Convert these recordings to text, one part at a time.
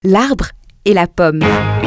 L'arbre et la pomme.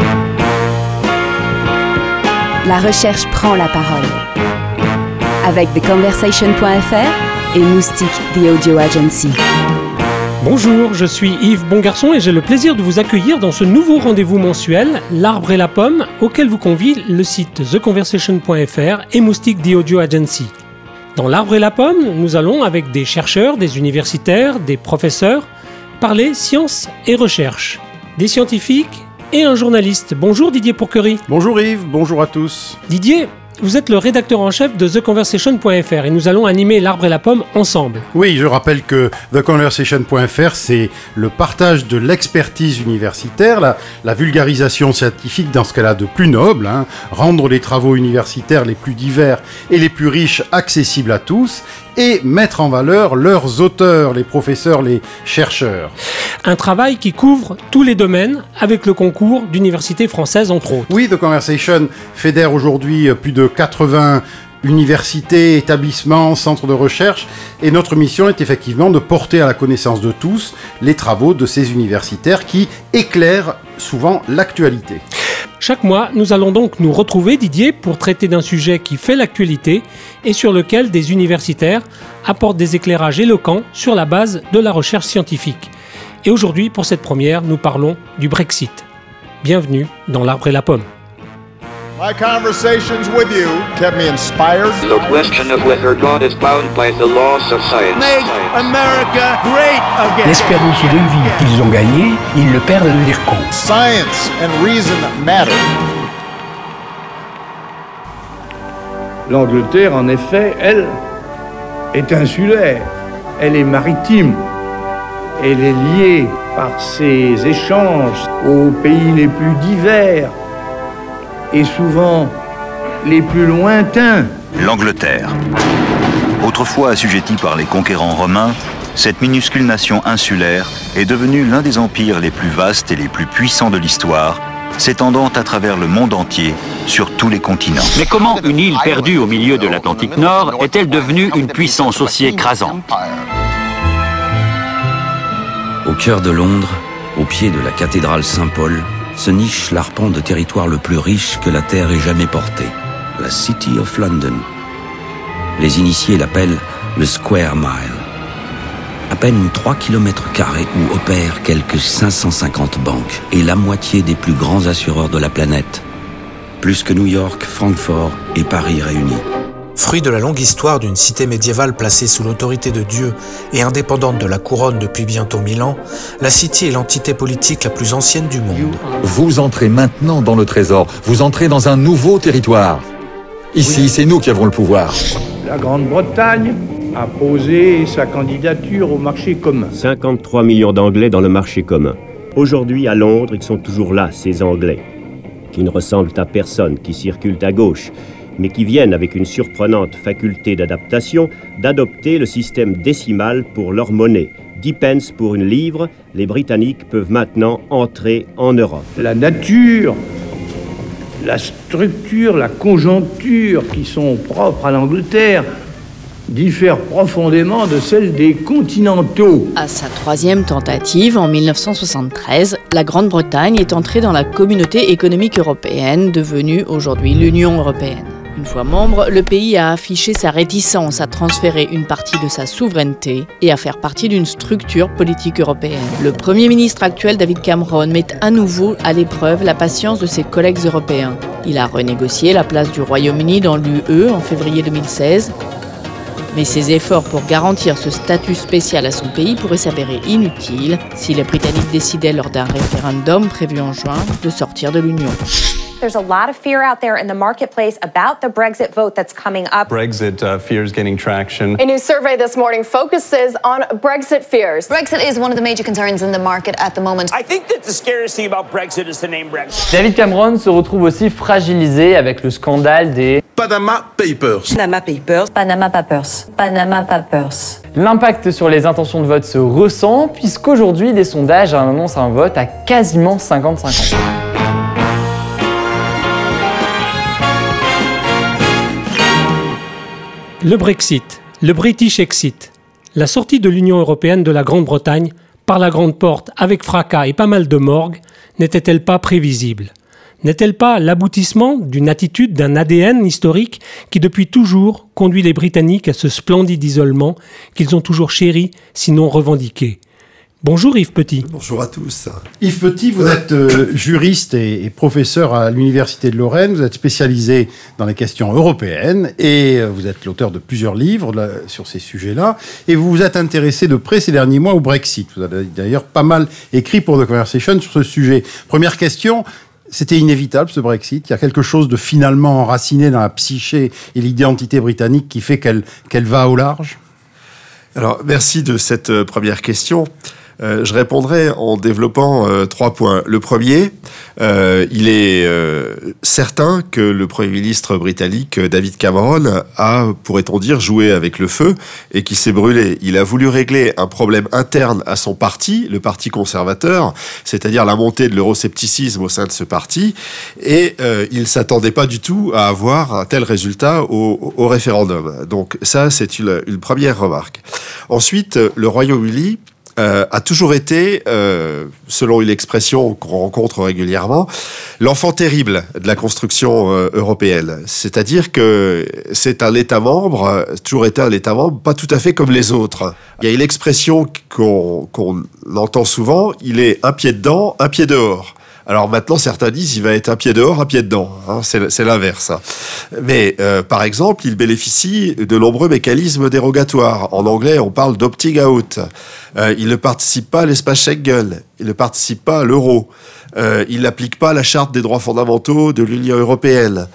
La recherche prend la parole. Avec TheConversation.fr et Moustique, The Audio Agency. Bonjour, je suis Yves Bongarçon et j'ai le plaisir de vous accueillir dans ce nouveau rendez-vous mensuel, L'arbre et la pomme, auquel vous convie le site TheConversation.fr et Moustique, The Audio Agency. Dans L'arbre et la pomme, nous allons, avec des chercheurs, des universitaires, des professeurs, parler sciences et recherche. Des scientifiques et un journaliste. Bonjour Didier Pourquerie. Bonjour Yves, bonjour à tous. Didier, vous êtes le rédacteur en chef de TheConversation.fr et nous allons animer L'arbre et la pomme ensemble. Oui, je rappelle que TheConversation.fr, c'est le partage de l'expertise universitaire, la vulgarisation scientifique dans ce qu'elle a de plus noble, rendre les travaux universitaires les plus divers et les plus riches accessibles à tous, et mettre en valeur leurs auteurs, les professeurs, les chercheurs. Un travail qui couvre tous les domaines, avec le concours d'universités françaises entre autres. Oui, The Conversation fédère aujourd'hui plus de 80 universités, établissements, centres de recherche, et notre mission est effectivement de porter à la connaissance de tous les travaux de ces universitaires qui éclairent souvent l'actualité. Chaque mois, nous allons donc nous retrouver, Didier, pour traiter d'un sujet qui fait l'actualité et sur lequel des universitaires apportent des éclairages éloquents sur la base de la recherche scientifique. Et aujourd'hui, pour cette première, nous parlons du Brexit. Bienvenue dans L'arbre et la pomme. My conversations with you kept me inspired. The question of whether God is bound by the laws of science. Make America great again. L'espérance de vie qu'ils ont gagnée, ils le perdent à devenir cons. Science and reason matter. L'Angleterre, en effet, elle, est insulaire. Elle est maritime. Elle est liée par ses échanges aux pays les plus divers et souvent les plus lointains. L'Angleterre. Autrefois assujettie par les conquérants romains, cette minuscule nation insulaire est devenue l'un des empires les plus vastes et les plus puissants de l'histoire, s'étendant à travers le monde entier, sur tous les continents. Mais comment une île perdue au milieu de l'Atlantique Nord est-elle devenue une puissance aussi écrasante ? Au cœur de Londres, au pied de la cathédrale Saint-Paul, se niche l'arpent de territoire le plus riche que la Terre ait jamais porté, la City of London. Les initiés l'appellent le Square Mile. À peine 3 km² où opèrent quelques 550 banques et la moitié des plus grands assureurs de la planète. Plus que New York, Francfort et Paris réunis. Fruit de la longue histoire d'une cité médiévale placée sous l'autorité de Dieu et indépendante de la couronne depuis bientôt 1000 ans, la City est l'entité politique la plus ancienne du monde. Vous entrez maintenant dans le trésor, vous entrez dans un nouveau territoire. Ici, c'est nous qui avons le pouvoir. La Grande-Bretagne a posé sa candidature au marché commun. 53 millions d'Anglais dans le marché commun. Aujourd'hui, à Londres, ils sont toujours là, ces Anglais, qui ne ressemblent à personne, qui circulent à gauche, mais qui viennent avec une surprenante faculté d'adaptation d'adopter le système décimal pour leur monnaie. 10 pence pour une livre, les Britanniques peuvent maintenant entrer en Europe. La nature, la structure, la conjoncture qui sont propres à l'Angleterre diffèrent profondément de celles des continentaux. À sa troisième tentative, en 1973, la Grande-Bretagne est entrée dans la Communauté économique européenne, devenue aujourd'hui l'Union européenne. Une fois membre, le pays a affiché sa réticence à transférer une partie de sa souveraineté et à faire partie d'une structure politique européenne. Le Premier ministre actuel, David Cameron, met à nouveau à l'épreuve la patience de ses collègues européens. Il a renégocié la place du Royaume-Uni dans l'UE en février 2016. Mais ses efforts pour garantir ce statut spécial à son pays pourraient s'avérer inutiles si les Britanniques décidaient lors d'un référendum prévu en juin de sortir de l'Union. There's a lot of fear out there in the marketplace about the Brexit vote that's coming up. Brexit fears gaining traction. A new survey this morning focuses on Brexit fears. Brexit is one of the major concerns in the market at the moment. I think that the scariest thing about Brexit is the name Brexit. David Cameron se retrouve aussi fragilisé avec le scandale des Panama Papers. Panama Papers. Panama Papers. Panama Papers. L'impact sur les intentions de vote se ressent puisqu'aujourd'hui des sondages annoncent un vote à quasiment 50-50. Le Brexit, le British Exit, la sortie de l'Union européenne de la Grande-Bretagne par la grande porte avec fracas et pas mal de morgue n'était-elle pas prévisible ? N'est-elle pas l'aboutissement d'une attitude, d'un ADN historique qui depuis toujours conduit les Britanniques à ce splendide isolement qu'ils ont toujours chéri, sinon revendiqué ? Bonjour Yves Petit. Bonjour à tous. Yves Petit, vous êtes juriste et professeur à l'Université de Lorraine. Vous êtes spécialisé dans les questions européennes et vous êtes l'auteur de plusieurs livres sur ces sujets-là. Et vous vous êtes intéressé de près ces derniers mois au Brexit. Vous avez d'ailleurs pas mal écrit pour The Conversation sur ce sujet. Première question. C'était inévitable, ce Brexit. Il y a quelque chose de finalement enraciné dans la psyché et l'identité britannique qui fait qu'elle va au large ? Alors, merci de cette première question. Je répondrai en développant 3 points. Le premier, il est certain que le Premier ministre britannique David Cameron a, pourrait-on dire, joué avec le feu et qui s'est brûlé. Il a voulu régler un problème interne à son parti, le Parti conservateur, c'est-à-dire la montée de l'euroscepticisme au sein de ce parti, et il ne s'attendait pas du tout à avoir un tel résultat au référendum. Donc ça, c'est une première remarque. Ensuite, le Royaume-Uni a toujours été, selon une expression qu'on rencontre régulièrement, l'enfant terrible de la construction européenne. C'est-à-dire que c'est un État membre, toujours été un État membre, pas tout à fait comme les autres. Il y a une expression qu'on entend souvent, il est un pied dedans, un pied dehors. Alors maintenant, certains disent il va être un pied dehors, un pied dedans. Hein, c'est l'inverse. Mais par exemple, il bénéficie de nombreux mécanismes dérogatoires. En anglais, on parle d'opting out. Il ne participe pas à l'espace Schengen. Il ne participe pas à l'euro. Il n'applique pas la charte des droits fondamentaux de l'Union européenne.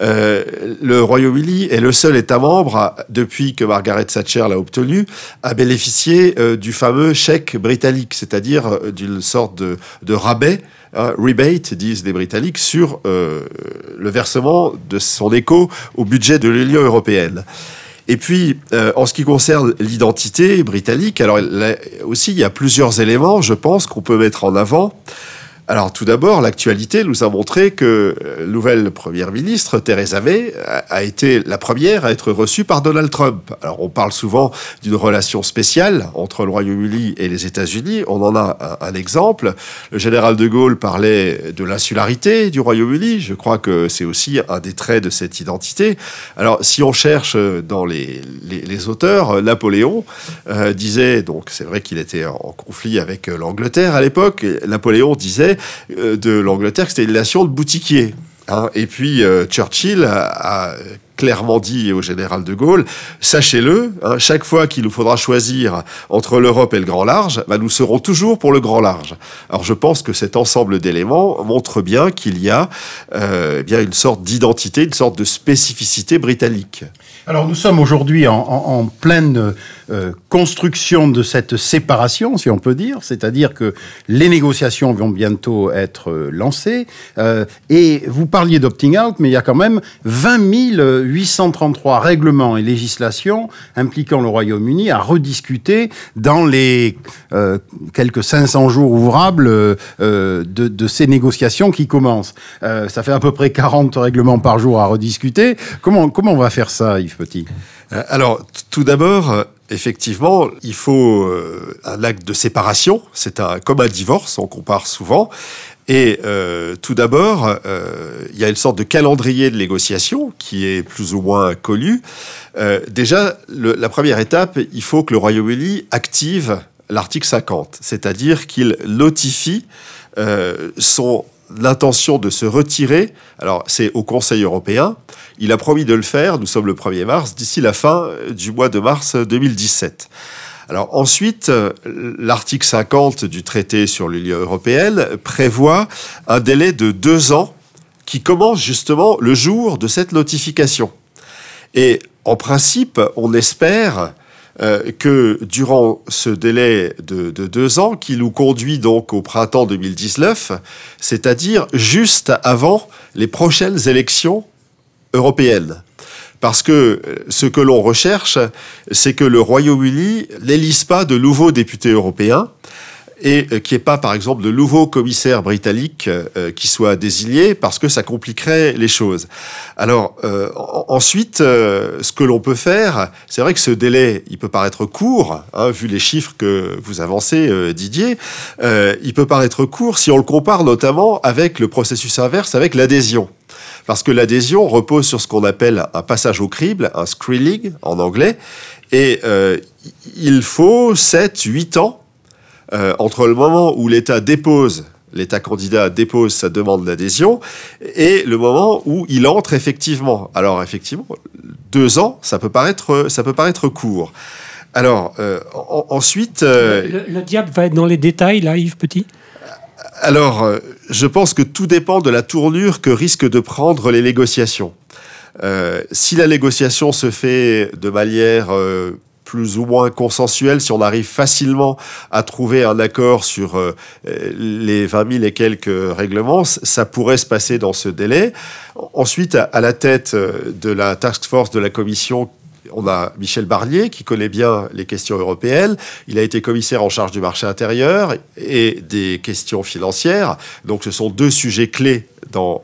Le Royaume-Uni est le seul État membre, depuis que Margaret Thatcher l'a obtenu, à bénéficier du fameux chèque britannique, c'est-à-dire d'une sorte de rabais, rebate, disent les Britanniques, sur le versement de son écho au budget de l'Union européenne. Et puis, en ce qui concerne l'identité britannique, alors là aussi, il y a plusieurs éléments, je pense, qu'on peut mettre en avant. Alors tout d'abord, l'actualité nous a montré que la nouvelle première ministre, Theresa May, a été la première à être reçue par Donald Trump. Alors on parle souvent d'une relation spéciale entre le Royaume-Uni et les États-Unis. On en a un exemple. Le général de Gaulle parlait de l'insularité du Royaume-Uni. Je crois que c'est aussi un des traits de cette identité. Alors si on cherche dans les auteurs, Napoléon disait, donc c'est vrai qu'il était en conflit avec l'Angleterre à l'époque, Napoléon disait de l'Angleterre que c'était une nation de boutiquiers. Hein. Et puis Churchill a clairement dit au général de Gaulle, sachez-le, hein, chaque fois qu'il nous faudra choisir entre l'Europe et le grand large, nous serons toujours pour le grand large. Alors je pense que cet ensemble d'éléments montre bien qu'il y a bien une sorte d'identité, une sorte de spécificité britannique. Alors nous sommes aujourd'hui en pleine construction de cette séparation, si on peut dire, c'est-à-dire que les négociations vont bientôt être lancées, et vous parliez d'opting out, mais il y a quand même 20 833 règlements et législations impliquant le Royaume-Uni à rediscuter dans les quelques 500 jours ouvrables de ces négociations qui commencent. Ça fait à peu près 40 règlements par jour à rediscuter. Comment on va faire ça, Yves Petit ? Alors, tout d'abord, effectivement, il faut un acte de séparation. C'est comme un divorce, on compare souvent. Et tout d'abord, il y a une sorte de calendrier de négociation qui est plus ou moins connu. Déjà, la première étape, il faut que le Royaume-Uni active l'article 50, c'est-à-dire qu'il notifie l'intention de se retirer. Alors, c'est au Conseil européen. Il a promis de le faire, nous sommes le 1er mars, d'ici la fin du mois de mars 2017. Alors ensuite, l'article 50 du traité sur l'Union européenne prévoit un délai de 2 ans qui commence justement le jour de cette notification. Et en principe, on espère que durant ce délai de 2 ans, qui nous conduit donc au printemps 2019, c'est-à-dire juste avant les prochaines élections européennes. Parce que ce que l'on recherche, c'est que le Royaume-Uni n'élise pas de nouveaux députés européens et qu'il n'y ait pas, par exemple, de nouveaux commissaires britanniques qui soient désignés, parce que ça compliquerait les choses. Alors, ensuite, ce que l'on peut faire, c'est vrai que ce délai, il peut paraître court, hein, vu les chiffres que vous avancez, Didier, il peut paraître court si on le compare notamment avec le processus inverse, avec l'adhésion. Parce que l'adhésion repose sur ce qu'on appelle un passage au crible, un screening en anglais, et il faut 7-8 ans entre le moment où l'État candidat dépose sa demande d'adhésion et le moment où il entre effectivement. Alors effectivement, 2 ans, ça peut paraître court. Alors ensuite, le diable va être dans les détails là, Yves Petit. Alors, je pense que tout dépend de la tournure que risquent de prendre les négociations. Si la négociation se fait de manière plus ou moins consensuelle, si on arrive facilement à trouver un accord sur les 20 000 et quelques règlements, ça pourrait se passer dans ce délai. Ensuite, à la tête de la task force de la Commission, on a Michel Barnier, qui connaît bien les questions européennes. Il a été commissaire en charge du marché intérieur et des questions financières. Donc, ce sont 2 sujets clés dans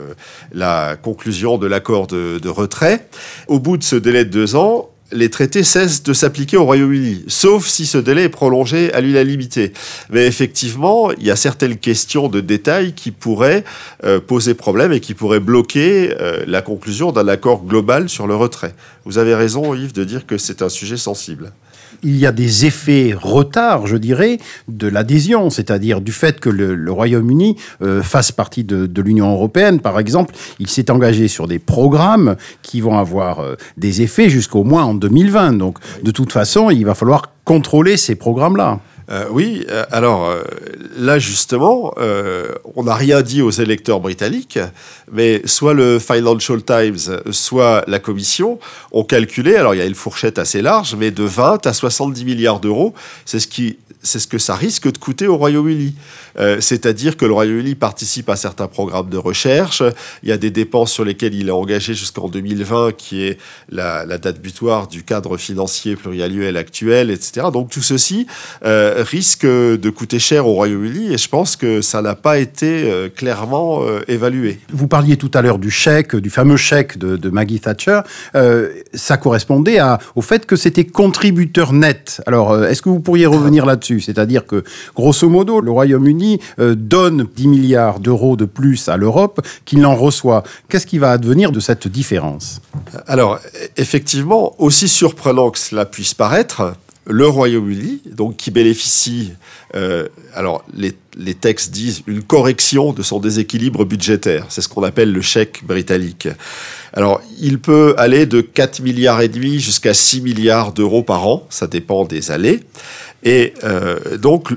la conclusion de l'accord de retrait. Au bout de ce délai de 2 ans, les traités cessent de s'appliquer au Royaume-Uni, sauf si ce délai est prolongé à l'unanimité. Mais effectivement, il y a certaines questions de détail qui pourraient poser problème et qui pourraient bloquer la conclusion d'un accord global sur le retrait. Vous avez raison, Yves, de dire que c'est un sujet sensible. Il y a des effets retard, je dirais, de l'adhésion, c'est-à-dire du fait que le Royaume-Uni fasse partie de l'Union européenne, par exemple. Il s'est engagé sur des programmes qui vont avoir des effets jusqu'au moins en 2020. Donc, de toute façon, il va falloir contrôler ces programmes-là. Oui, alors là justement, on n'a rien dit aux électeurs britanniques, mais soit le Financial Times, soit la Commission ont calculé, alors il y a une fourchette assez large, mais de 20 à 70 milliards d'euros, c'est ce que ça risque de coûter au Royaume-Uni. C'est-à-dire que le Royaume-Uni participe à certains programmes de recherche, il y a des dépenses sur lesquelles il est engagé jusqu'en 2020, qui est la date butoir du cadre financier pluriannuel actuel, etc. Donc tout ceci risque de coûter cher au Royaume-Uni et je pense que ça n'a pas été clairement évalué. Vous parliez tout à l'heure du chèque, du fameux chèque de Maggie Thatcher. Ça correspondait au fait que c'était contributeur net. Alors, est-ce que vous pourriez revenir là-dessus ? C'est-à-dire que, grosso modo, le Royaume-Uni donne 10 milliards d'euros de plus à l'Europe qu'il n'en reçoit. Qu'est-ce qui va advenir de cette différence ? Alors, effectivement, aussi surprenant que cela puisse paraître, le Royaume-Uni, donc qui bénéficie, alors les textes disent une correction de son déséquilibre budgétaire. C'est ce qu'on appelle le chèque britannique. Alors, il peut aller de 4,5 milliards jusqu'à 6 milliards d'euros par an. Ça dépend des années. Et donc,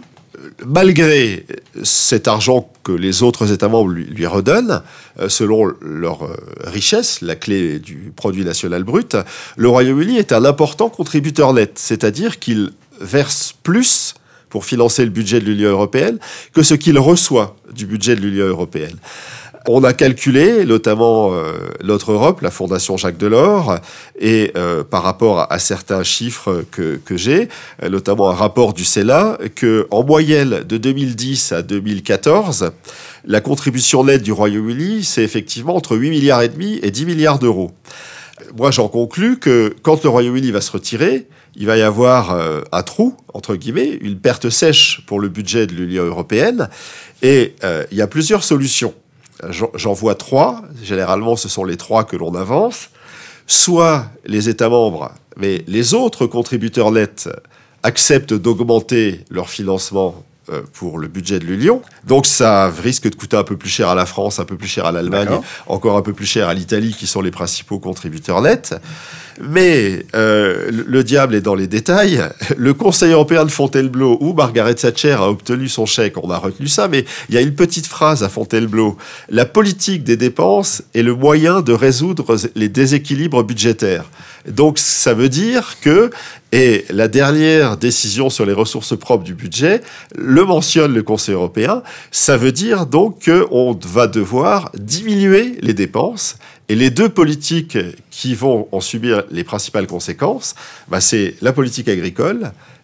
malgré cet argent que les autres États membres lui redonnent, selon leur richesse, la clé du produit national brut, le Royaume-Uni est un important contributeur net, c'est-à-dire qu'il verse plus pour financer le budget de l'Union européenne que ce qu'il reçoit du budget de l'Union européenne. On a calculé, notamment notre Europe, la Fondation Jacques Delors, et par rapport à certains chiffres que j'ai, notamment un rapport du Sénat, qu'en moyenne de 2010 à 2014, la contribution nette du Royaume-Uni, c'est effectivement entre 8,5 milliards et 10 milliards d'euros. Moi, j'en conclus que quand le Royaume-Uni va se retirer, il va y avoir un trou, entre guillemets, une perte sèche pour le budget de l'Union européenne, et il y a plusieurs solutions. J'en vois 3, généralement ce sont les 3 que l'on avance. Soit les États membres, mais les autres contributeurs nets acceptent d'augmenter leur financement pour le budget de l'Union. Donc ça risque de coûter un peu plus cher à la France, un peu plus cher à l'Allemagne, encore un peu plus cher à l'Italie, qui sont les principaux contributeurs nets. Mais le diable est dans les détails. Le Conseil européen de Fontainebleau, où Margaret Thatcher a obtenu son chèque, on a retenu ça, mais il y a une petite phrase à Fontainebleau. La politique des dépenses est le moyen de résoudre les déséquilibres budgétaires. Donc ça veut dire que, et la dernière décision sur les ressources propres du budget le mentionne le Conseil européen, ça veut dire donc qu'on va devoir diminuer les dépenses. Et les 2 politiques qui vont en subir les principales conséquences, c'est la politique agricole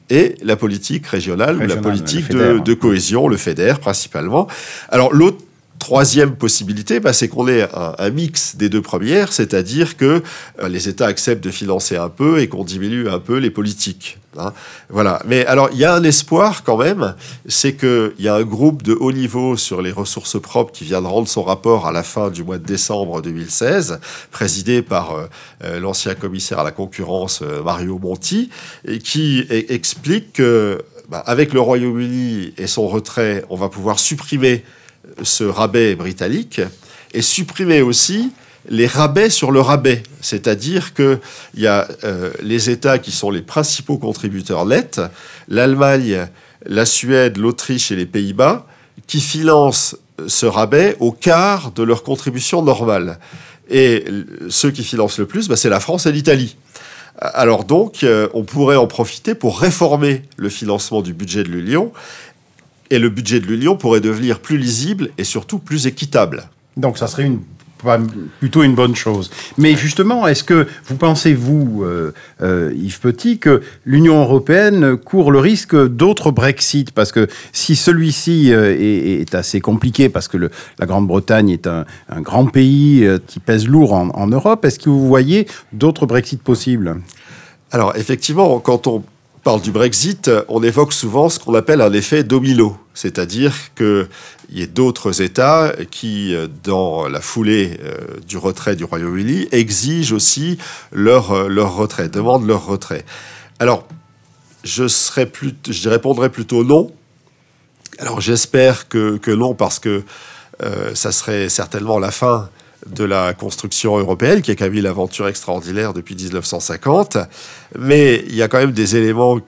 et la politique régionale ou la politique de cohésion, le FEDER principalement. Alors l'autre troisième possibilité, c'est qu'on ait un mix des deux premières, c'est-à-dire que les États acceptent de financer un peu et qu'on diminue un peu les politiques. Voilà. Mais alors, il y a un espoir quand même, c'est qu'il y a un groupe de haut niveau sur les ressources propres qui vient de rendre son rapport à la fin du mois de décembre 2016, présidé par l'ancien commissaire à la concurrence Mario Monti, et qui explique que avec le Royaume-Uni et son retrait, on va pouvoir supprimer ce rabais britannique et supprimer aussi les rabais sur le rabais. C'est-à-dire qu'il y a les États qui sont les principaux contributeurs nets, l'Allemagne, la Suède, l'Autriche et les Pays-Bas, qui financent ce rabais au quart de leur contribution normale. Et ceux qui financent le plus, c'est la France et l'Italie. Alors donc, on pourrait en profiter pour réformer le financement du budget de l'Union. Et le budget de l'Union pourrait devenir plus lisible et surtout plus équitable. Donc ça serait plutôt une bonne chose. Mais justement, est-ce que vous pensez, vous, Yves Petit, que l'Union européenne court le risque d'autres Brexit? Parce que si celui-ci est assez compliqué, parce que la Grande-Bretagne est un grand pays qui pèse lourd en Europe, est-ce que vous voyez d'autres Brexit possibles? Alors effectivement, quand on parle du Brexit, on évoque souvent ce qu'on appelle un effet domino, c'est-à-dire qu'il y a d'autres États qui, dans la foulée du retrait du Royaume-Uni, exigent aussi leur retrait, demandent leur retrait. Alors, je répondrais plutôt non. Alors, j'espère que non, parce que ça serait certainement la fin de la construction européenne, qui a quand même eu l'aventure extraordinaire depuis 1950. Mais il y a quand même des éléments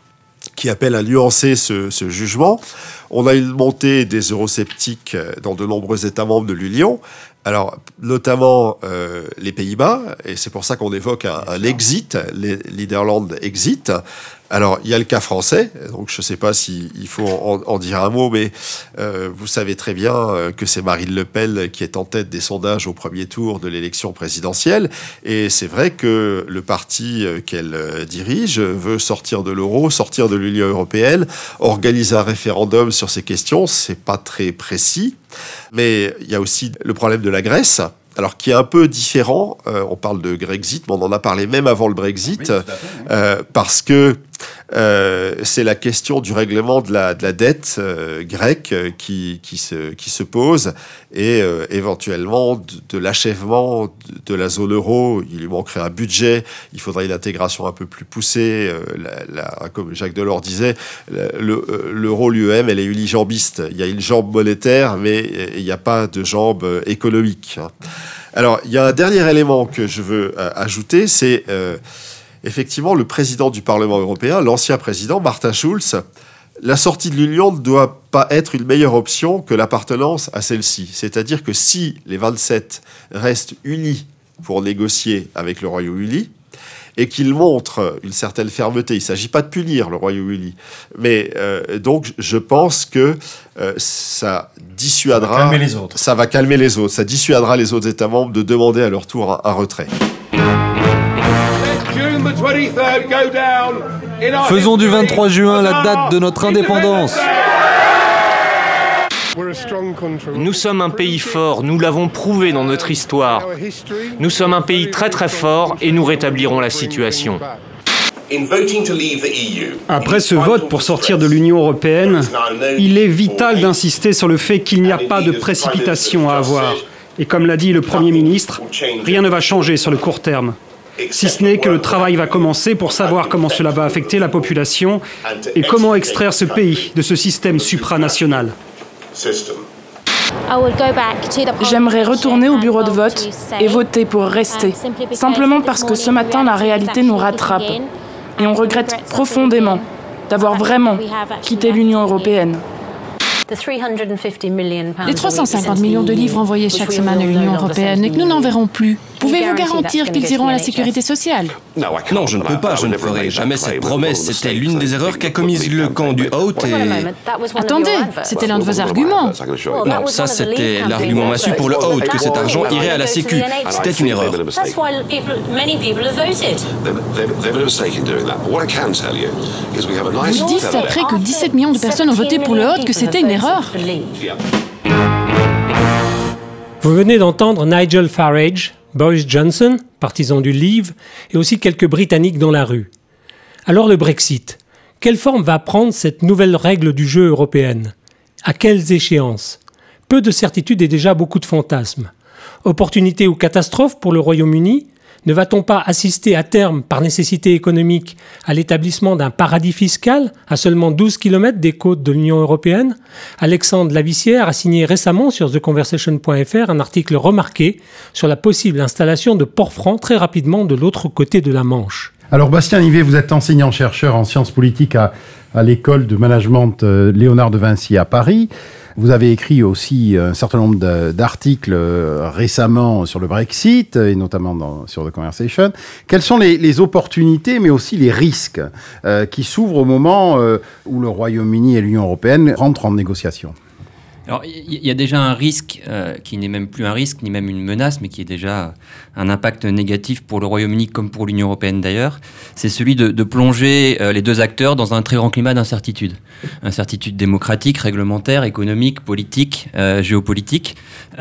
qui appellent à nuancer ce jugement. On a une montée des eurosceptiques dans de nombreux États membres de l'Union. Alors, notamment les Pays-Bas, et c'est pour ça qu'on évoque un exit, les Niderlande exit. Alors, il y a le cas français, donc je ne sais pas s'il faut en dire un mot, mais vous savez très bien que c'est Marine Le Pen qui est en tête des sondages au premier tour de l'élection présidentielle, et c'est vrai que le parti qu'elle dirige veut sortir de l'euro, sortir de l'Union européenne, organiser un référendum sur ces questions, c'est pas très précis, mais il y a aussi le problème de la Grèce, alors qui est un peu différent. On parle de Grexit, mais on en a parlé même avant le Brexit, parce que c'est la question du règlement de la dette grecque qui se pose, et éventuellement de l'achèvement de la zone euro. Il lui manquerait un budget, il faudrait une intégration un peu plus poussée. Comme Jacques Delors disait, l'euro, l'UEM, elle est unijambiste. Il y a une jambe monétaire, mais il n'y a pas de jambe économique. Alors, il y a un dernier élément que je veux ajouter, c'est effectivement le président du Parlement européen, l'ancien président, Martin Schulz. La sortie de l'Union ne doit pas être une meilleure option que l'appartenance à celle-ci. C'est-à-dire que si les 27 restent unis pour négocier avec le Royaume-Uni, et qu'ils montrent une certaine fermeté. Il ne s'agit pas de punir le Royaume-Uni. Mais donc, je pense que ça dissuadera... Ça va calmer les autres. Ça va calmer les autres. Ça dissuadera les autres États membres de demander à leur tour un retrait. Faisons du 23 juin la date de notre indépendance. Nous sommes un pays fort, nous l'avons prouvé dans notre histoire. Nous sommes un pays très très fort et nous rétablirons la situation. Après ce vote pour sortir de l'Union européenne, il est vital d'insister sur le fait qu'il n'y a pas de précipitation à avoir. Et comme l'a dit le Premier ministre, rien ne va changer sur le court terme. Si ce n'est que le travail va commencer pour savoir comment cela va affecter la population et comment extraire ce pays de ce système supranational. J'aimerais retourner au bureau de vote et voter pour rester, simplement parce que ce matin, la réalité nous rattrape. Et on regrette profondément d'avoir vraiment quitté l'Union européenne. Les 350 millions de livres envoyés chaque semaine à l'Union européenne et que nous n'en verrons plus. Pouvez-vous garantir qu'ils iront à la sécurité sociale? Non, je ne peux pas, je ne ferai jamais cette promesse. C'était l'une des erreurs qu'a commise le camp du Out et... Attendez, c'était l'un de vos arguments. Non, ça c'était l'argument massu pour le Out, que cet argent irait à la Sécu. C'était une erreur. Vous dites après que 17 millions de personnes ont voté pour le Out que c'était une erreur? Vous venez d'entendre Nigel Farage, Boris Johnson, partisan du Leave, et aussi quelques Britanniques dans la rue. Alors le Brexit, quelle forme va prendre cette nouvelle règle du jeu européenne? À quelles échéances? Peu de certitudes et déjà beaucoup de fantasmes. Opportunité ou catastrophe pour le Royaume-Uni? Ne va-t-on pas assister à terme, par nécessité économique, à l'établissement d'un paradis fiscal à seulement 12 km des côtes de l'Union européenne? Alexandre Lavissière a signé récemment sur TheConversation.fr un article remarqué sur la possible installation de ports francs très rapidement de l'autre côté de la Manche. Alors Bastien Nivet, vous êtes enseignant-chercheur en sciences politiques à l'école de management Léonard de Vinci à Paris. Vous avez écrit aussi un certain nombre d'articles récemment sur le Brexit, et notamment sur The Conversation. Quelles sont les opportunités, mais aussi les risques qui s'ouvrent au moment où le Royaume-Uni et l'Union européenne rentrent en négociation? Alors, il y a déjà un risque qui n'est même plus un risque, ni même une menace, mais qui est déjà un impact négatif pour le Royaume-Uni comme pour l'Union européenne d'ailleurs. C'est celui de plonger les deux acteurs dans un très grand climat d'incertitude. Incertitude démocratique, réglementaire, économique, politique, géopolitique.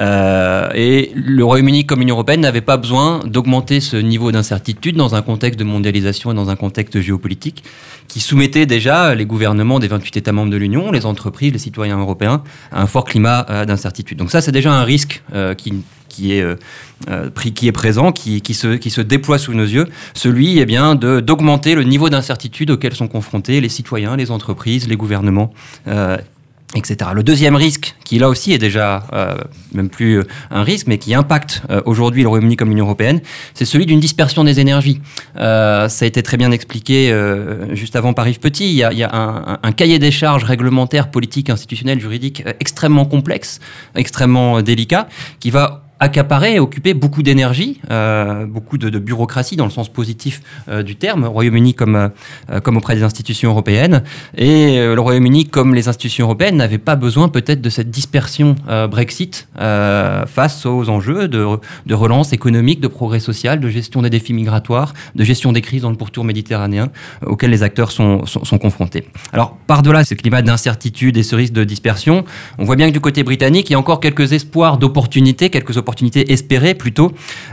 Et le Royaume-Uni comme l'Union européenne n'avait pas besoin d'augmenter ce niveau d'incertitude dans un contexte de mondialisation et dans un contexte géopolitique qui soumettait déjà les gouvernements des 28 États membres de l'Union, les entreprises, les citoyens européens à un fort climat d'incertitude. Donc ça, c'est déjà un risque qui est présent, qui se déploie sous nos yeux, celui d'augmenter le niveau d'incertitude auquel sont confrontés les citoyens, les entreprises, les gouvernements, etc. Le deuxième risque, qui là aussi est déjà même plus un risque, mais qui impacte aujourd'hui le Royaume-Uni comme l'Union européenne, c'est celui d'une dispersion des énergies. Ça a été très bien expliqué juste avant par Yves Petit. Il y a un cahier des charges réglementaire, politique, institutionnel, juridique extrêmement complexe, extrêmement délicat, qui va accaparer et occuper beaucoup d'énergie, beaucoup de bureaucratie dans le sens positif du terme, au Royaume-Uni comme auprès des institutions européennes. Et le Royaume-Uni, comme les institutions européennes, n'avait pas besoin peut-être de cette dispersion Brexit face aux enjeux de relance économique, de progrès social, de gestion des défis migratoires, de gestion des crises dans le pourtour méditerranéen auxquels les acteurs sont confrontés. Alors, par-delà ce climat d'incertitude et ce risque de dispersion, on voit bien que du côté britannique, il y a encore quelques espoirs d'opportunités, quelques opportunités espérées plutôt,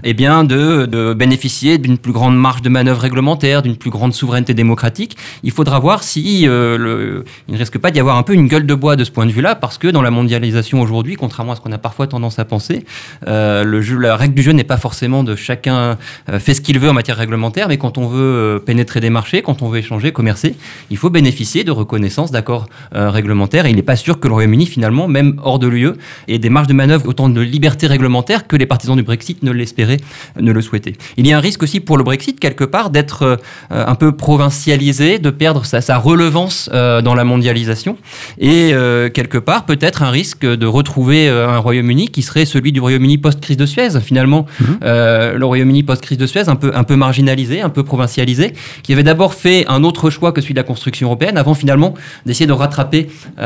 de bénéficier d'une plus grande marge de manœuvre réglementaire, d'une plus grande souveraineté démocratique. Il faudra voir si il ne risque pas d'y avoir un peu une gueule de bois de ce point de vue-là, parce que dans la mondialisation aujourd'hui, contrairement à ce qu'on a parfois tendance à penser, la règle du jeu n'est pas forcément de chacun fait ce qu'il veut en matière réglementaire, mais quand on veut pénétrer des marchés, quand on veut échanger, commercer, il faut bénéficier de reconnaissance d'accords réglementaires. Et il n'est pas sûr que le Royaume-Uni, finalement, même hors de l'UE, ait des marges de manœuvre, autant de liberté réglementaire que les partisans du Brexit ne l'espéraient, ne le souhaitaient. Il y a un risque aussi pour le Brexit, quelque part, d'être un peu provincialisé, de perdre sa relevance dans la mondialisation, et quelque part, peut-être un risque de retrouver un Royaume-Uni qui serait celui du Royaume-Uni post-crise de Suez, finalement. Le Royaume-Uni post-crise de Suez, un peu marginalisé, un peu provincialisé, qui avait d'abord fait un autre choix que celui de la construction européenne, avant finalement d'essayer de rattraper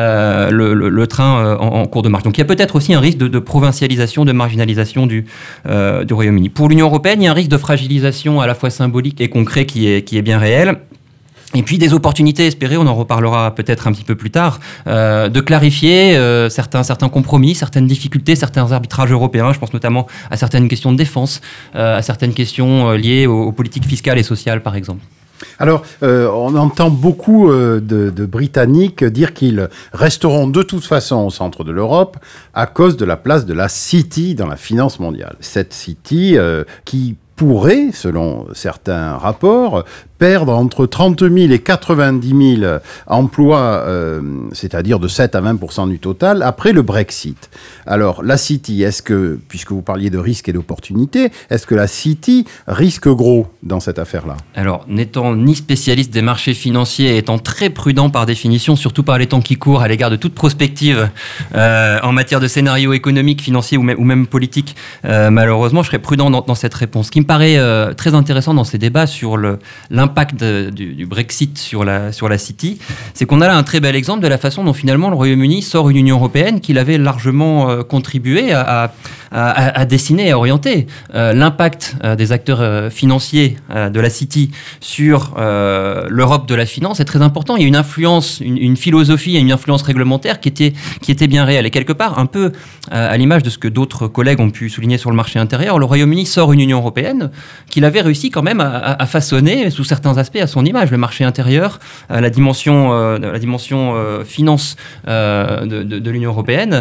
le train en cours de marche. Donc il y a peut-être aussi un risque de provincialisation, de marginalisation du Royaume-Uni. Pour l'Union européenne, il y a un risque de fragilisation à la fois symbolique et concret qui est bien réel. Et puis des opportunités espérées, on en reparlera peut-être un petit peu plus tard, de clarifier certains compromis, certaines difficultés, certains arbitrages européens. Je pense notamment à certaines questions de défense, à certaines questions liées aux politiques fiscales et sociales, par exemple. Alors, on entend beaucoup de Britanniques dire qu'ils resteront de toute façon au centre de l'Europe à cause de la place de la City dans la finance mondiale. Cette City qui pourrait, selon certains rapports, perdre entre 30 000 et 90 000 emplois, c'est-à-dire de 7 à 20% du total, après le Brexit. Alors, la City, est-ce que, puisque vous parliez de risque et d'opportunité, est-ce que la City risque gros dans cette affaire-là? Alors, n'étant ni spécialiste des marchés financiers et étant très prudent par définition, surtout par les temps qui courent à l'égard de toute prospective en matière de scénario économique, financier ou même politique, malheureusement, je serais prudent dans cette réponse. Ce qui me paraît très intéressant dans ces débats sur l'impact du Brexit sur la City, c'est qu'on a là un très bel exemple de la façon dont finalement le Royaume-Uni sort une Union européenne qu'il avait largement contribué à dessiner et à orienter. L'impact des acteurs financiers de la City sur l'Europe de la finance est très important. Il y a une influence, une philosophie et une influence réglementaire qui était bien réelle. Et quelque part, un peu à l'image de ce que d'autres collègues ont pu souligner sur le marché intérieur, le Royaume-Uni sort une Union européenne qu'il avait réussi quand même à façonner sous certains aspects à son image. Le marché intérieur, la dimension finance de l'Union européenne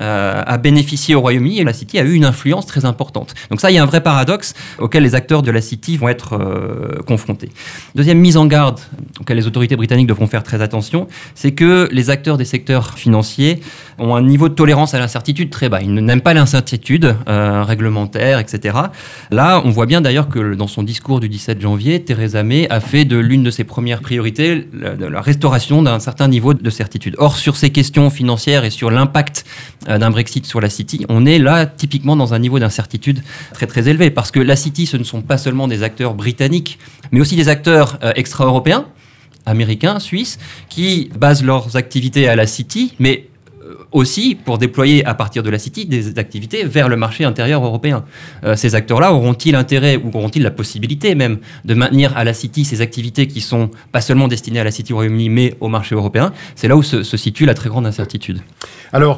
a bénéficié au Royaume-Uni et la City a eu une influence très importante. Donc ça, il y a un vrai paradoxe auquel les acteurs de la City vont être confrontés. Deuxième mise en garde auquel les autorités britanniques devront faire très attention, c'est que les acteurs des secteurs financiers ont un niveau de tolérance à l'incertitude très bas. Ils n'aiment pas l'incertitude réglementaire, etc. Là, on voit bien d'ailleurs que dans son discours du 17 janvier, Theresa May a fait de l'une de ses premières priorités la restauration d'un certain niveau de certitude. Or, sur ces questions financières et sur l'impact d'un Brexit sur la City, on est là typiquement dans un niveau d'incertitude très très élevé, parce que la City, ce ne sont pas seulement des acteurs britanniques, mais aussi des acteurs extra-européens, américains, suisses, qui basent leurs activités à la City, mais aussi pour déployer à partir de la City des activités vers le marché intérieur européen. Ces acteurs-là auront-ils intérêt ou auront-ils la possibilité même de maintenir à la City ces activités qui sont pas seulement destinées à la City au Royaume-Uni mais au marché européen? C'est là où se situe la très grande incertitude. Alors,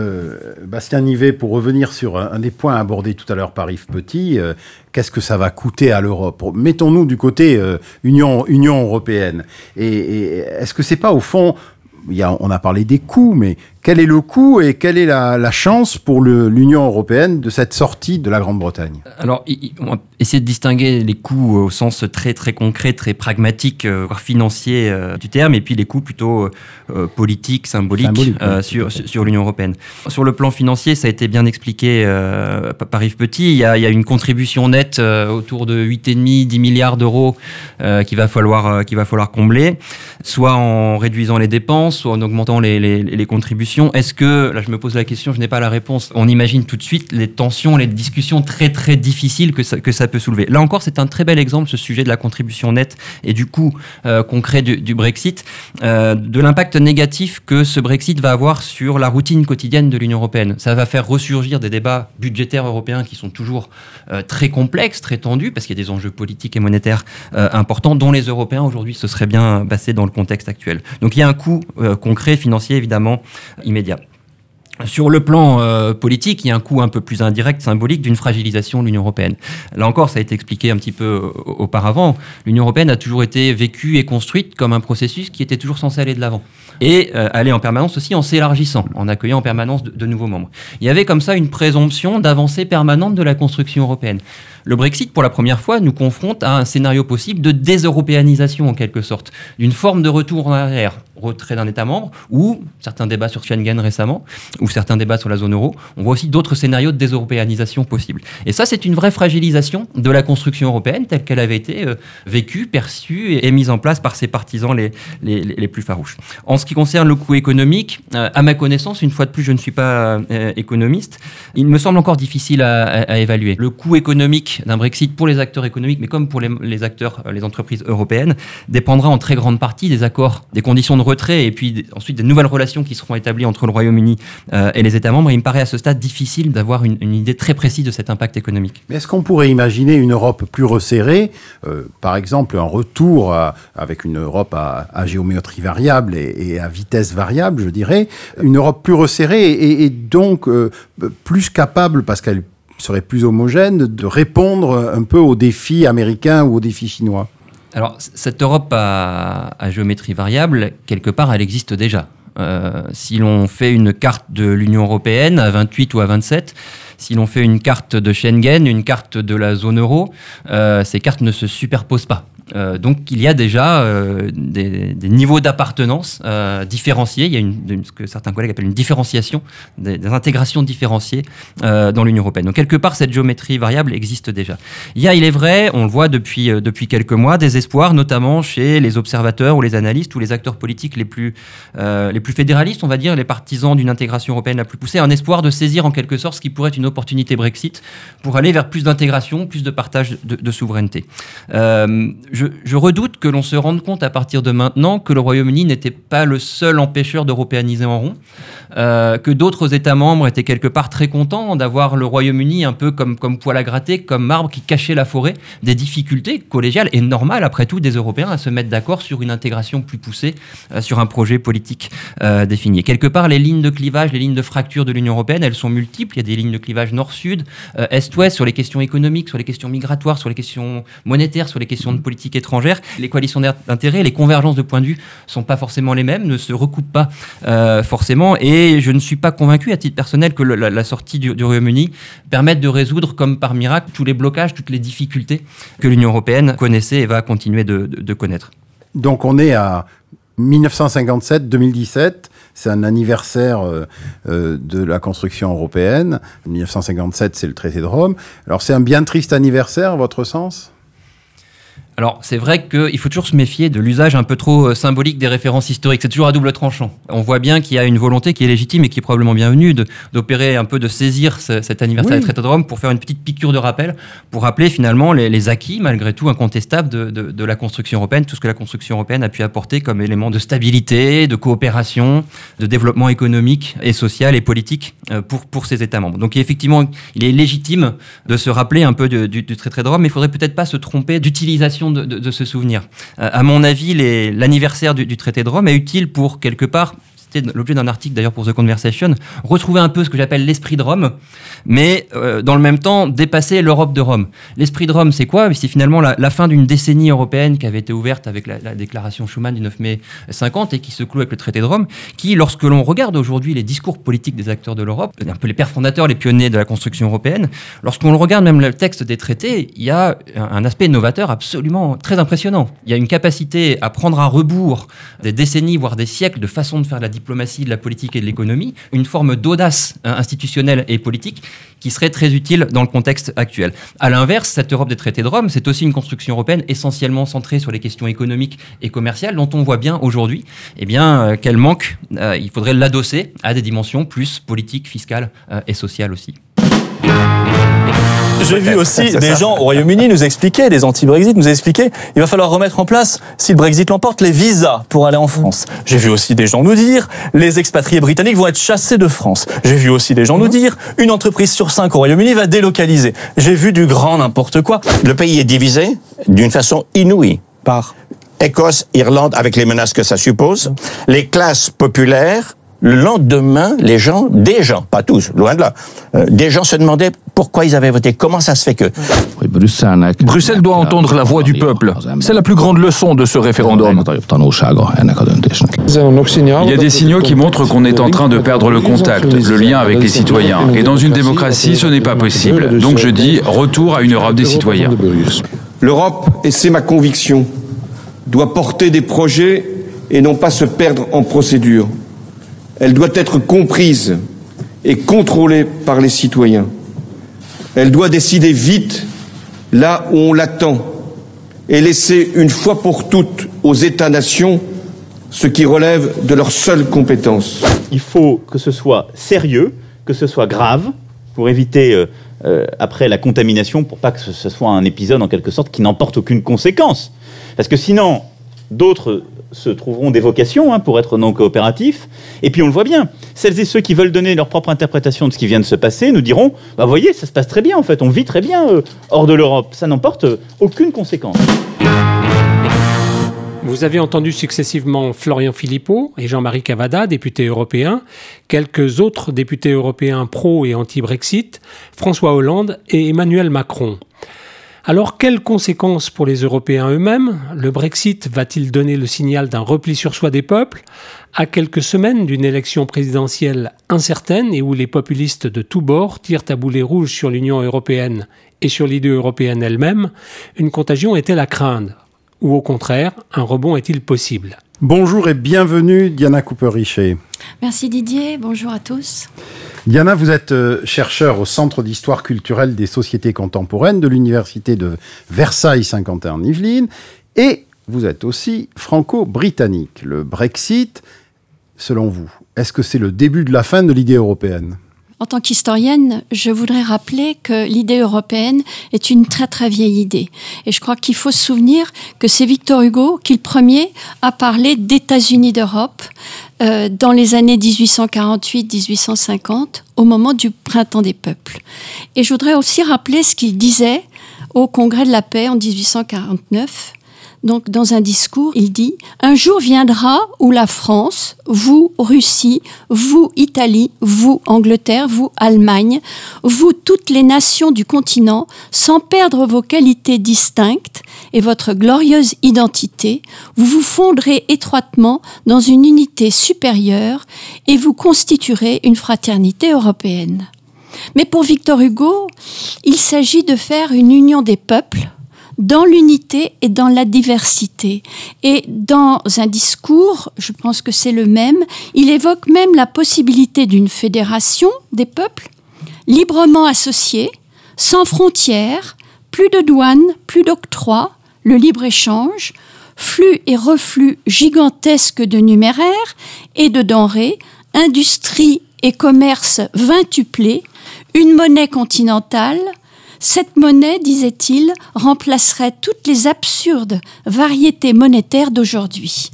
Bastien Nivet, pour revenir sur un des points abordés tout à l'heure par Yves Petit, qu'est-ce que ça va coûter à l'Europe? Mettons-nous du côté Union européenne. Et est-ce que c'est pas au fond... on a parlé des coûts, mais quel est le coût et quelle est la chance pour l'Union européenne de cette sortie de la Grande-Bretagne? Alors, on va essayer de distinguer les coûts au sens très très concret, très pragmatique, voire financier du terme, et puis les coûts plutôt politiques, symboliques sur l'Union européenne. Sur le plan financier, ça a été bien expliqué par Yves Petit. Il y a une contribution nette autour de 8,5-10 milliards d'euros qu'il va falloir combler, soit en réduisant les dépenses, soit en augmentant les contributions. Est-ce que, là je me pose la question, je n'ai pas la réponse, on imagine tout de suite les tensions, les discussions très très difficiles que ça peut soulever. Là encore, c'est un très bel exemple, ce sujet de la contribution nette et du coût concret du Brexit, de l'impact négatif que ce Brexit va avoir sur la routine quotidienne de l'Union européenne. Ça va faire ressurgir des débats budgétaires européens qui sont toujours très complexes, très tendus, parce qu'il y a des enjeux politiques et monétaires importants, dont les Européens aujourd'hui se seraient bien passés dans le contexte actuel. Donc il y a un coût concret, financier évidemment, immédiat. Sur le plan politique, il y a un coût un peu plus indirect, symbolique, d'une fragilisation de l'Union européenne. Là encore, ça a été expliqué un petit peu auparavant. L'Union européenne a toujours été vécue et construite comme un processus qui était toujours censé aller de l'avant. Et aller en permanence aussi en s'élargissant, en accueillant en permanence de nouveaux membres. Il y avait comme ça une présomption d'avancée permanente de la construction européenne. Le Brexit, pour la première fois, nous confronte à un scénario possible de déseuropéanisation, en quelque sorte, d'une forme de retour en arrière, retrait d'un État membre, ou certains débats sur Schengen récemment, ou certains débats sur la zone euro. On voit aussi d'autres scénarios de déseuropéanisation possibles. Et ça, c'est une vraie fragilisation de la construction européenne, telle qu'elle avait été vécue, perçue et mise en place par ses partisans les plus farouches. En ce qui concerne le coût économique, à ma connaissance, une fois de plus, je ne suis pas économiste, il me semble encore difficile à évaluer. Le coût économique d'un Brexit pour les acteurs économiques, mais comme pour les acteurs, les entreprises européennes, dépendra en très grande partie des accords, des conditions de retrait et puis ensuite des nouvelles relations qui seront établies entre le Royaume-Uni et les États membres. Et il me paraît à ce stade difficile d'avoir une idée très précise de cet impact économique. Mais est-ce qu'on pourrait imaginer une Europe plus resserrée, par exemple un retour avec une Europe à géométrie variable et à vitesse variable, je dirais, une Europe plus resserrée et donc plus capable, parce qu'elle serait plus homogène, de répondre un peu aux défis américains ou aux défis chinois? Alors, cette Europe à géométrie variable, quelque part, elle existe déjà. Si l'on fait une carte de l'Union européenne à 28 ou à 27, si l'on fait une carte de Schengen, une carte de la zone euro, ces cartes ne se superposent pas. Donc il y a déjà des niveaux d'appartenance différenciés. Il y a ce que certains collègues appellent une différenciation, des intégrations différenciées dans l'Union européenne. Donc quelque part, cette géométrie variable existe déjà. Il y a, il est vrai, on le voit depuis quelques mois, des espoirs, notamment chez les observateurs ou les analystes ou les acteurs politiques les plus fédéralistes, on va dire, les partisans d'une intégration européenne la plus poussée, un espoir de saisir en quelque sorte ce qui pourrait être une opportunité Brexit pour aller vers plus d'intégration, plus de partage de souveraineté. Je redoute que l'on se rende compte à partir de maintenant que le Royaume-Uni n'était pas le seul empêcheur d'européaniser en rond, que d'autres États membres étaient quelque part très contents d'avoir le Royaume-Uni un peu comme poil à gratter, comme arbre qui cachait la forêt, des difficultés collégiales et normales après tout des Européens à se mettre d'accord sur une intégration plus poussée, sur un projet politique défini. Et quelque part, les lignes de clivage, les lignes de fracture de l'Union européenne, elles sont multiples. Il y a des lignes de clivage nord-sud, est-ouest, sur les questions économiques, sur les questions migratoires, sur les questions monétaires, sur les questions de politique étrangère. Les coalitions d'intérêts, les convergences de points de vue sont pas forcément les mêmes, ne se recoupent pas forcément, et je ne suis pas convaincu à titre personnel que la sortie du Royaume-Uni permette de résoudre comme par miracle tous les blocages, toutes les difficultés que l'Union européenne connaissait et va continuer de connaître. Donc on est à 1957-2017, c'est un anniversaire de la construction européenne. 1957, c'est le traité de Rome. Alors c'est un bien triste anniversaire, à votre sens ? Alors, c'est vrai qu'il faut toujours se méfier de l'usage un peu trop symbolique des références historiques. C'est toujours à double tranchant. On voit bien qu'il y a une volonté qui est légitime et qui est probablement bienvenue d'opérer un peu, de saisir cet anniversaire du traité de Rome pour faire une petite piqûre de rappel, pour rappeler finalement les acquis, malgré tout incontestables, de la construction européenne, tout ce que la construction européenne a pu apporter comme élément de stabilité, de coopération, de développement économique et social et politique pour ces États membres. Donc effectivement, il est légitime de se rappeler un peu du traité de Rome, mais il faudrait peut-être pas se tromper d'utilisation de ce souvenir. À mon avis, l'anniversaire du traité de Rome est utile pour, quelque part, c'était l'objet d'un article d'ailleurs pour The Conversation, retrouver un peu ce que j'appelle l'esprit de Rome, mais dans le même temps dépasser l'Europe de Rome. L'esprit de Rome, c'est quoi ? C'est finalement la fin d'une décennie européenne qui avait été ouverte avec la déclaration Schuman du 9 mai 50 et qui se cloue avec le traité de Rome, qui, lorsque l'on regarde aujourd'hui les discours politiques des acteurs de l'Europe, un peu les pères fondateurs, les pionniers de la construction européenne, lorsqu'on le regarde même le texte des traités, il y a un aspect novateur absolument très impressionnant. Il y a une capacité à prendre à rebours des décennies, voire des siècles de façon de faire de la diplomatie, de la politique et de l'économie, une forme d'audace institutionnelle et politique qui serait très utile dans le contexte actuel. À l'inverse, cette Europe des traités de Rome, c'est aussi une construction européenne essentiellement centrée sur les questions économiques et commerciales, dont on voit bien aujourd'hui qu'elle manque. Il faudrait l'adosser à des dimensions plus politiques, fiscales et sociales aussi. J'ai vu aussi des gens au Royaume-Uni nous expliquer, des anti-Brexit nous expliquer, il va falloir remettre en place, si le Brexit l'emporte, les visas pour aller en France. J'ai vu aussi des gens nous dire, les expatriés britanniques vont être chassés de France. J'ai vu aussi des gens nous dire, une entreprise sur 5 au Royaume-Uni va délocaliser. J'ai vu du grand n'importe quoi. Le pays est divisé d'une façon inouïe par Écosse, Irlande, avec les menaces que ça suppose, les classes populaires. Le lendemain, des gens, pas tous, loin de là, des gens se demandaient pourquoi ils avaient voté, comment ça se fait que... Bruxelles doit entendre la voix du peuple. C'est la plus grande leçon de ce référendum. Il y a des signaux qui montrent qu'on est en train de perdre le contact, le lien avec les citoyens. Et dans une démocratie, ce n'est pas possible. Donc je dis, retour à une Europe des citoyens. L'Europe, et c'est ma conviction, doit porter des projets et non pas se perdre en procédures. Elle doit être comprise et contrôlée par les citoyens. Elle doit décider vite, là où on l'attend, et laisser une fois pour toutes aux États-nations ce qui relève de leurs seules compétences. Il faut que ce soit sérieux, que ce soit grave, pour éviter après la contamination, pour pas que ce soit un épisode en quelque sorte qui n'emporte aucune conséquence. Parce que sinon, d'autres se trouveront des vocations pour être non coopératifs. Et puis on le voit bien, celles et ceux qui veulent donner leur propre interprétation de ce qui vient de se passer nous diront, bah voyez, ça se passe très bien en fait, on vit très bien hors de l'Europe, ça n'emporte aucune conséquence. Vous avez entendu successivement Florian Philippot et Jean-Marie Cavada, députés européens, quelques autres députés européens pro et anti-Brexit, François Hollande et Emmanuel Macron. Alors, quelles conséquences pour les Européens eux-mêmes ? Le Brexit va-t-il donner le signal d'un repli sur soi des peuples ? À quelques semaines d'une élection présidentielle incertaine et où les populistes de tous bords tirent à boulet rouge sur l'Union européenne et sur l'idée européenne elle-même, une contagion est-elle à craindre ? Ou au contraire, un rebond est-il possible ? Bonjour et bienvenue Diana Cooper-Richer. Merci Didier, bonjour à tous. Diana, vous êtes chercheur au Centre d'histoire culturelle des sociétés contemporaines de l'Université de Versailles-Saint-Quentin en Yvelines et vous êtes aussi franco-britannique. Le Brexit, selon vous, est-ce que c'est le début de la fin de l'idée européenne ? En tant qu'historienne, je voudrais rappeler que l'idée européenne est une très très vieille idée. Et je crois qu'il faut se souvenir que c'est Victor Hugo qui, le premier, a parlé d'États-Unis d'Europe dans les années 1848-1850, au moment du Printemps des peuples. Et je voudrais aussi rappeler ce qu'il disait au Congrès de la paix en 1849. Donc, dans un discours, il dit « Un jour viendra où la France, vous, Russie, vous, Italie, vous, Angleterre, vous, Allemagne, vous, toutes les nations du continent, sans perdre vos qualités distinctes et votre glorieuse identité, vous vous fondrez étroitement dans une unité supérieure et vous constituerez une fraternité européenne. » Mais pour Victor Hugo, il s'agit de faire une union des peuples, dans l'unité et dans la diversité. Et dans un discours, je pense que c'est le même, il évoque même la possibilité d'une fédération des peuples, librement associés, sans frontières, plus de douanes, plus d'octroi, le libre-échange, flux et reflux gigantesques de numéraires et de denrées, industrie et commerce vintuplés, une monnaie continentale. Cette monnaie, disait-il, remplacerait toutes les absurdes variétés monétaires d'aujourd'hui.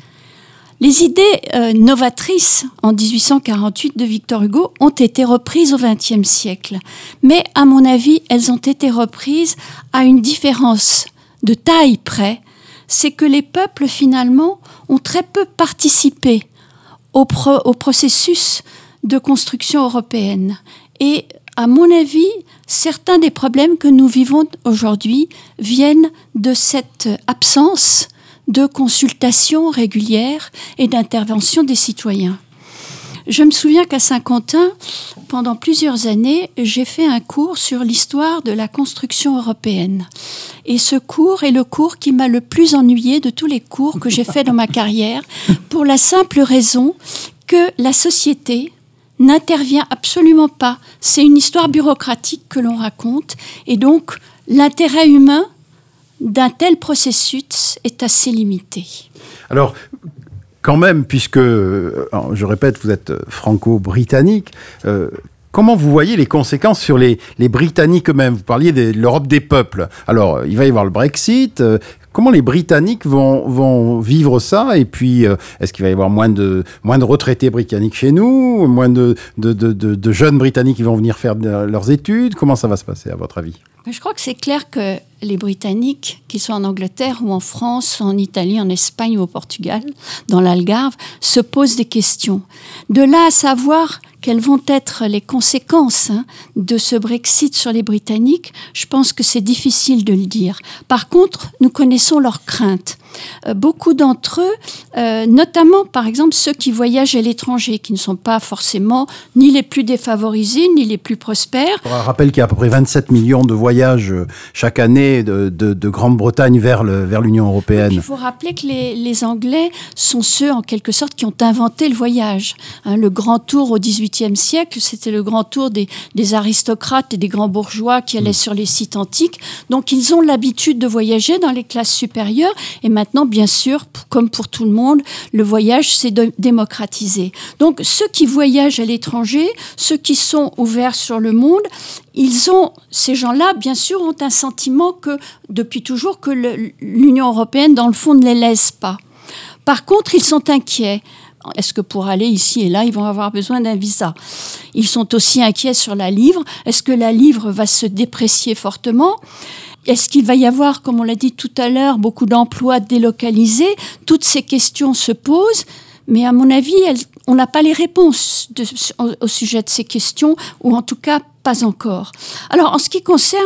Les idées novatrices en 1848 de Victor Hugo ont été reprises au XXe siècle. Mais à mon avis, elles ont été reprises à une différence de taille près. C'est que les peuples, finalement, ont très peu participé au processus de construction européenne. Et à mon avis, certains des problèmes que nous vivons aujourd'hui viennent de cette absence de consultation régulière et d'intervention des citoyens. Je me souviens qu'à Saint-Quentin, pendant plusieurs années, j'ai fait un cours sur l'histoire de la construction européenne. Et ce cours est le cours qui m'a le plus ennuyé de tous les cours que j'ai faits dans ma carrière, pour la simple raison que la société n'intervient absolument pas. C'est une histoire bureaucratique que l'on raconte et donc l'intérêt humain d'un tel processus est assez limité. Alors, quand même, puisque, je répète, vous êtes franco-britannique, comment vous voyez les conséquences sur les Britanniques eux-mêmes ? Vous parliez de l'Europe des peuples. Alors, il va y avoir le Brexit. Comment les Britanniques vont vivre ça ? Et puis, est-ce qu'il va y avoir moins de retraités britanniques chez nous ? Moins de jeunes Britanniques qui vont venir faire leurs études ? Comment ça va se passer, à votre avis ? Je crois que c'est clair que les Britanniques, qu'ils soient en Angleterre ou en France, en Italie, en Espagne ou au Portugal, dans l'Algarve, se posent des questions. De là à savoir quelles vont être les conséquences de ce Brexit sur les Britanniques, je pense que c'est difficile de le dire. Par contre, nous connaissons leurs craintes. Beaucoup d'entre eux, notamment par exemple ceux qui voyagent à l'étranger, qui ne sont pas forcément ni les plus défavorisés, ni les plus prospères. Je rappelle qu'il y a à peu près 27 millions de voyages chaque année de Grande-Bretagne vers l'Union européenne. Il faut rappeler que les Anglais sont ceux, en quelque sorte, qui ont inventé le voyage. Le grand tour au XVIIIe siècle, c'était le grand tour des aristocrates et des grands bourgeois qui allaient sur les sites antiques. Donc ils ont l'habitude de voyager dans les classes supérieures et maintenant, bien sûr, comme pour tout le monde, le voyage s'est démocratisé. Donc, ceux qui voyagent à l'étranger, ceux qui sont ouverts sur le monde, ces gens-là, bien sûr, ont un sentiment que, depuis toujours, que l'Union européenne, dans le fond, ne les laisse pas. Par contre, ils sont inquiets. Est-ce que pour aller ici et là, ils vont avoir besoin d'un visa ? Ils sont aussi inquiets sur la livre. Est-ce que la livre va se déprécier fortement ? Est-ce qu'il va y avoir, comme on l'a dit tout à l'heure, beaucoup d'emplois délocalisés ? Toutes ces questions se posent, mais à mon avis, on n'a pas les réponses au sujet de ces questions, ou en tout cas pas encore. Alors, en ce qui concerne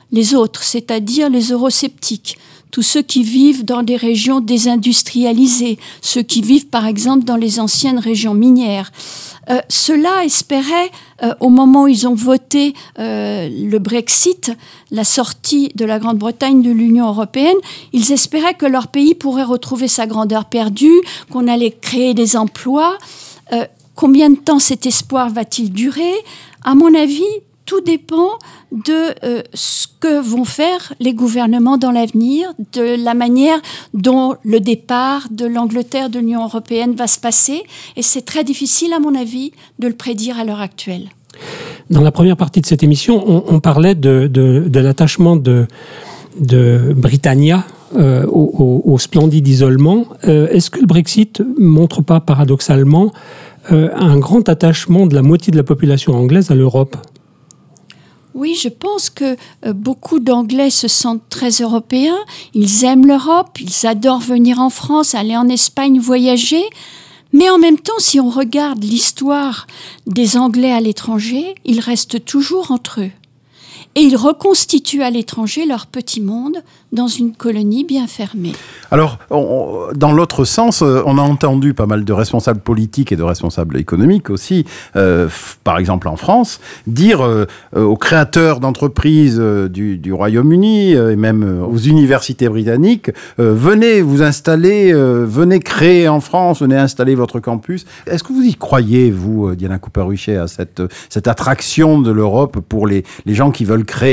les autres, c'est-à-dire les eurosceptiques, tous ceux qui vivent dans des régions désindustrialisées, ceux qui vivent par exemple dans les anciennes régions minières. Ceux-là espéraient, au moment où ils ont voté le Brexit, la sortie de la Grande-Bretagne de l'Union européenne, ils espéraient que leur pays pourrait retrouver sa grandeur perdue, qu'on allait créer des emplois. Combien de temps cet espoir va-t-il durer ? À mon avis, tout dépend de ce que vont faire les gouvernements dans l'avenir, de la manière dont le départ de l'Angleterre de l'Union européenne va se passer. Et c'est très difficile, à mon avis, de le prédire à l'heure actuelle. Dans la première partie de cette émission, on parlait de l'attachement de Britannia au splendide isolement. Est-ce que le Brexit montre pas paradoxalement un grand attachement de la moitié de la population anglaise à l'Europe ? Oui, je pense que beaucoup d'Anglais se sentent très européens. Ils aiment l'Europe, ils adorent venir en France, aller en Espagne, voyager. Mais en même temps, si on regarde l'histoire des Anglais à l'étranger, ils restent toujours entre eux. Et ils reconstituent à l'étranger leur petit monde dans une colonie bien fermée. Alors, dans l'autre sens, on a entendu pas mal de responsables politiques et de responsables économiques aussi, par exemple en France, dire aux créateurs d'entreprises du Royaume-Uni et même aux universités britanniques, venez vous installer, venez créer en France, venez installer votre campus. Est-ce que vous y croyez, vous, Diana Cooper-Ruchet, à cette attraction de l'Europe pour les gens qui veulent créer ?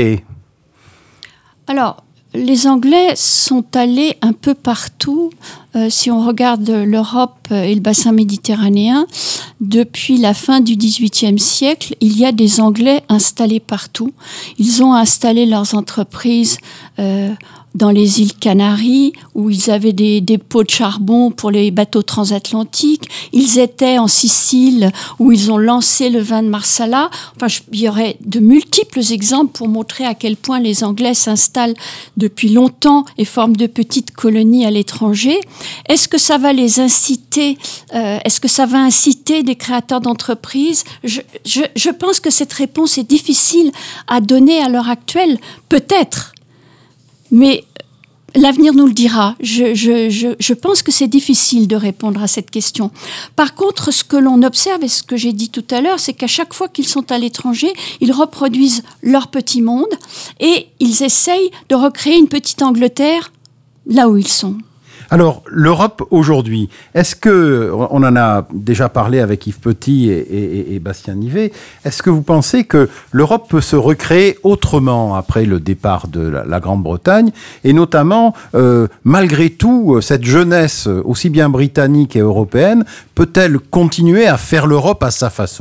Alors, les Anglais sont allés un peu partout. Si on regarde l'Europe et le bassin méditerranéen, depuis la fin du XVIIIe siècle, il y a des Anglais installés partout. Ils ont installé leurs entreprises dans les îles Canaries, où ils avaient des dépôts de charbon pour les bateaux transatlantiques. Ils étaient en Sicile, où ils ont lancé le vin de Marsala. Enfin, il y aurait de multiples exemples pour montrer à quel point les Anglais s'installent depuis longtemps et forment de petites colonies à l'étranger. Est-ce que ça va les inciter est-ce que ça va inciter des créateurs d'entreprises ? Je pense que cette réponse est difficile à donner à l'heure actuelle. Peut-être. Mais l'avenir nous le dira. Je pense que c'est difficile de répondre à cette question. Par contre, ce que l'on observe, et ce que j'ai dit tout à l'heure, c'est qu'à chaque fois qu'ils sont à l'étranger, ils reproduisent leur petit monde et ils essayent de recréer une petite Angleterre là où ils sont. Alors, l'Europe aujourd'hui, est-ce que, on en a déjà parlé avec Yves Petit et Bastien Nivet, est-ce que vous pensez que l'Europe peut se recréer autrement après le départ de la Grande-Bretagne, et notamment, malgré tout, cette jeunesse aussi bien britannique et européenne, peut-elle continuer à faire l'Europe à sa façon ?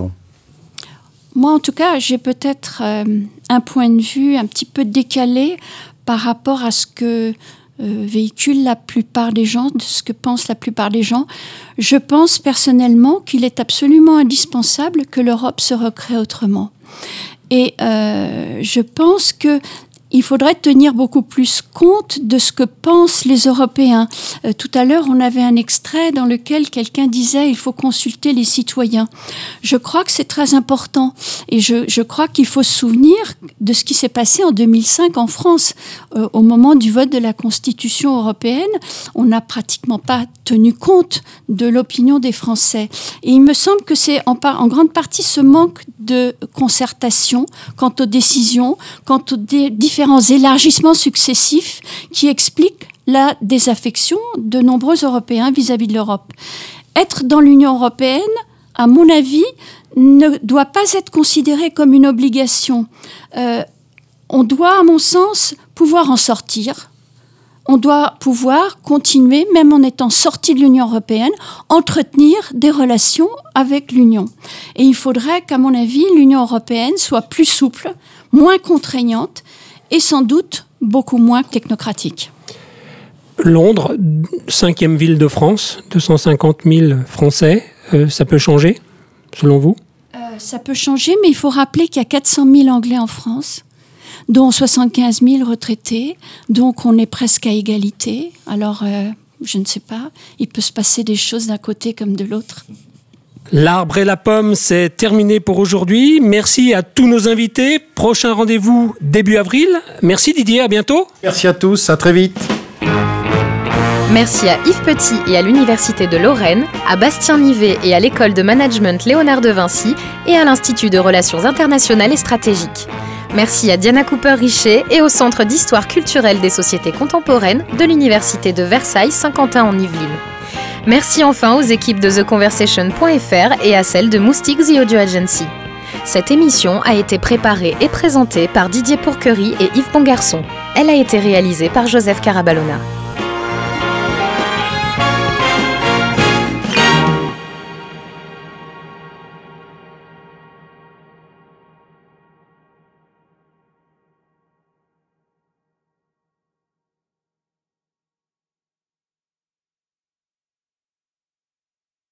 Moi, en tout cas, j'ai peut-être un point de vue un petit peu décalé par rapport à ce que véhicule la plupart des gens, de ce que pensent la plupart des gens. Je pense personnellement qu'il est absolument indispensable que l'Europe se recrée autrement. Et je pense que il faudrait tenir beaucoup plus compte de ce que pensent les Européens. Tout à l'heure, on avait un extrait dans lequel quelqu'un disait « il faut consulter les citoyens ». Je crois que c'est très important et je crois qu'il faut se souvenir de ce qui s'est passé en 2005 en France. Au moment du vote de la Constitution européenne, on n'a pratiquement pas tenu compte de l'opinion des Français. Et il me semble que c'est en grande partie ce manque de concertation quant aux décisions, quant aux différents élargissements successifs qui expliquent la désaffection de nombreux Européens vis-à-vis de l'Europe. Être dans l'Union européenne, à mon avis, ne doit pas être considéré comme une obligation. On doit, à mon sens, pouvoir en sortir. On doit pouvoir continuer, même en étant sorti de l'Union européenne, entretenir des relations avec l'Union. Et il faudrait qu'à mon avis, l'Union européenne soit plus souple, moins contraignante et sans doute beaucoup moins technocratique. Londres, 5e ville de France, 250 000 Français, ça peut changer, selon vous ? Ça peut changer, mais il faut rappeler qu'il y a 400 000 Anglais en France, dont 75 000 retraités, donc on est presque à égalité. Alors, je ne sais pas, il peut se passer des choses d'un côté comme de l'autre. L'arbre et la pomme, c'est terminé pour aujourd'hui. Merci à tous nos invités. Prochain rendez-vous début avril. Merci Didier, à bientôt. Merci à tous, à très vite. Merci à Yves Petit et à l'Université de Lorraine, à Bastien Nivet et à l'École de Management Léonard de Vinci et à l'Institut de Relations Internationales et Stratégiques. Merci à Diana Cooper-Richet et au Centre d'Histoire culturelle des sociétés contemporaines de l'Université de Versailles-Saint-Quentin en Yvelines. Merci enfin aux équipes de TheConversation.fr et à celles de Moustique The Audio Agency. Cette émission a été préparée et présentée par Didier Pourquerie et Yves Bongarçon. Elle a été réalisée par Joseph Caraballona.